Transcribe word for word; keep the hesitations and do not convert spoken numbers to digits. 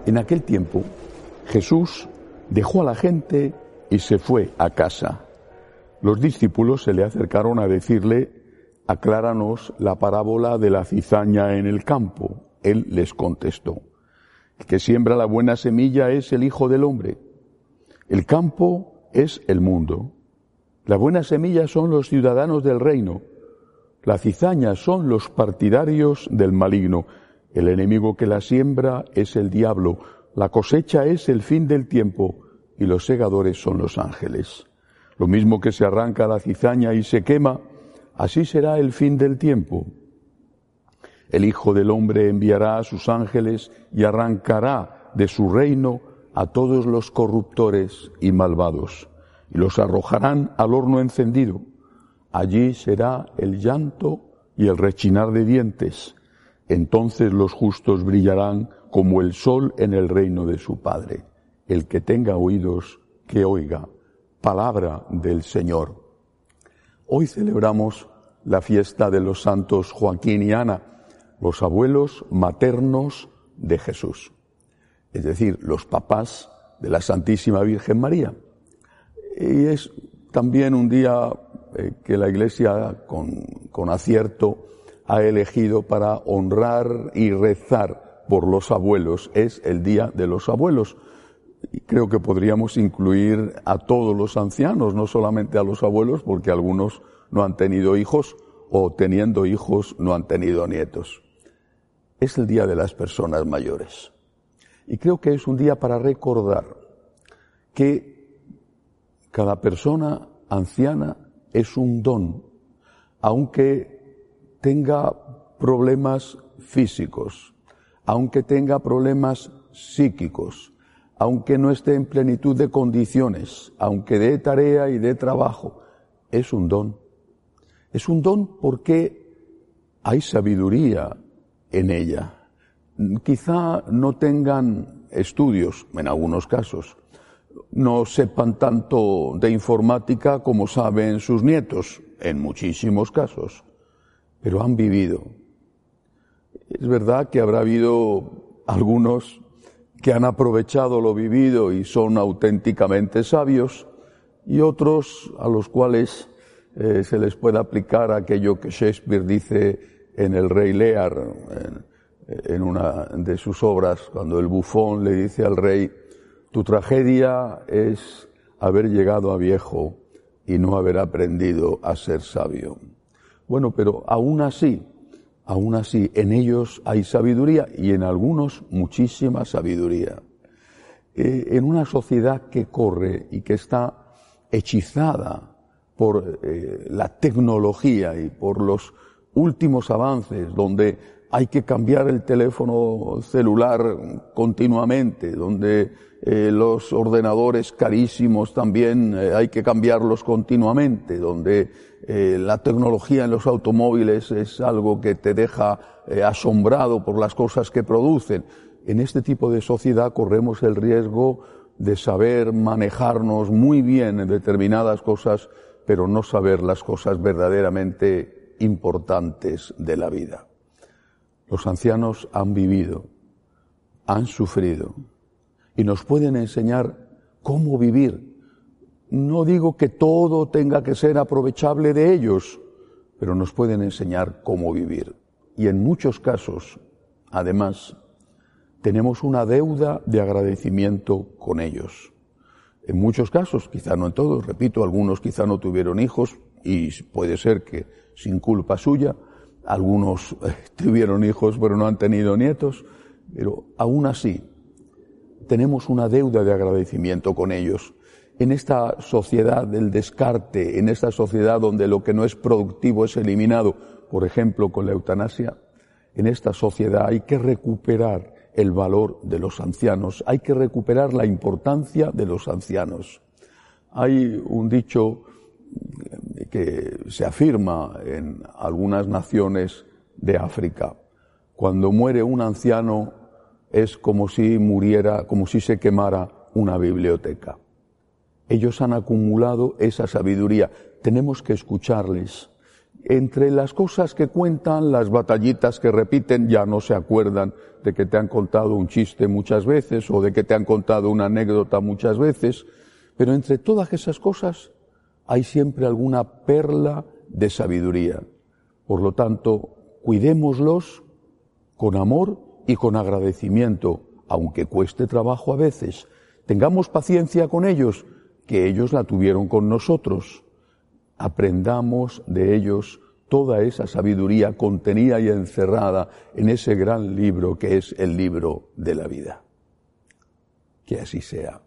En aquel tiempo, Jesús dejó a la gente y se fue a casa. Los discípulos se le acercaron a decirle: acláranos la parábola de la cizaña en el campo. Él les contestó: el que siembra la buena semilla es el Hijo del Hombre. El campo es el mundo. La buena semilla son los ciudadanos del reino. La cizaña son los partidarios del maligno. El enemigo que la siembra es el diablo. La cosecha es el fin del tiempo y los segadores son los ángeles. Lo mismo que se arranca la cizaña y se quema, así será el fin del tiempo. El Hijo del Hombre enviará a sus ángeles y arrancará de su reino a todos los corruptores y malvados, y los arrojarán al horno encendido. Allí será el llanto y el rechinar de dientes. Entonces los justos brillarán como el sol en el reino de su Padre. El que tenga oídos, que oiga. Palabra del Señor. Hoy celebramos la fiesta de los santos Joaquín y Ana, los abuelos maternos de Jesús, es decir, los papás de la Santísima Virgen María. Y es también un día eh, que la Iglesia con, con acierto ha elegido para honrar y rezar por los abuelos. Es el Día de los Abuelos. Y creo que podríamos incluir a todos los ancianos, no solamente a los abuelos, porque algunos no han tenido hijos o teniendo hijos no han tenido nietos. Es el Día de las Personas Mayores. Y creo que es un día para recordar que cada persona anciana es un don, aunque tenga problemas físicos, aunque tenga problemas psíquicos, aunque no esté en plenitud de condiciones, aunque dé tarea y dé trabajo, es un don. Es un don porque hay sabiduría en ella. Quizá no tengan estudios, en algunos casos, no sepan tanto de informática como saben sus nietos, en muchísimos casos, pero han vivido. Es verdad que habrá habido algunos que han aprovechado lo vivido y son auténticamente sabios, y otros a los cuales eh, se les puede aplicar aquello que Shakespeare dice en El Rey Lear, en, en una de sus obras, cuando el bufón le dice al rey: tu tragedia es haber llegado a viejo y no haber aprendido a ser sabio. Bueno, pero aún así, aún así, en ellos hay sabiduría y en algunos muchísima sabiduría. Eh, en una sociedad que corre y que está hechizada por eh, la tecnología y por los últimos avances, donde hay que cambiar el teléfono celular continuamente, donde eh, los ordenadores carísimos también eh, hay que cambiarlos continuamente, donde eh, la tecnología en los automóviles es algo que te deja eh, asombrado por las cosas que producen. En este tipo de sociedad corremos el riesgo de saber manejarnos muy bien en determinadas cosas, pero no saber las cosas verdaderamente importantes de la vida. Los ancianos han vivido, han sufrido y nos pueden enseñar cómo vivir. No digo que todo tenga que ser aprovechable de ellos, pero nos pueden enseñar cómo vivir. Y en muchos casos, además, tenemos una deuda de agradecimiento con ellos. En muchos casos, quizá no en todos, repito, algunos quizá no tuvieron hijos y puede ser que sin culpa suya, algunos eh, tuvieron hijos pero no han tenido nietos, pero aún así tenemos una deuda de agradecimiento con ellos. En esta sociedad del descarte, en esta sociedad donde lo que no es productivo es eliminado, por ejemplo con la eutanasia, en esta sociedad hay que recuperar el valor de los ancianos, hay que recuperar la importancia de los ancianos. Hay un dicho que se afirma en algunas naciones de África: cuando muere un anciano es como si muriera, como si se quemara una biblioteca. Ellos han acumulado esa sabiduría, tenemos que escucharles. Entre las cosas que cuentan, las batallitas que repiten, ya no se acuerdan de que te han contado un chiste muchas veces o de que te han contado una anécdota muchas veces, pero entre todas esas cosas hay siempre alguna perla de sabiduría. Por lo tanto, cuidémoslos con amor y con agradecimiento, aunque cueste trabajo a veces. Tengamos paciencia con ellos, que ellos la tuvieron con nosotros. Aprendamos de ellos toda esa sabiduría contenida y encerrada en ese gran libro que es el libro de la vida. Que así sea.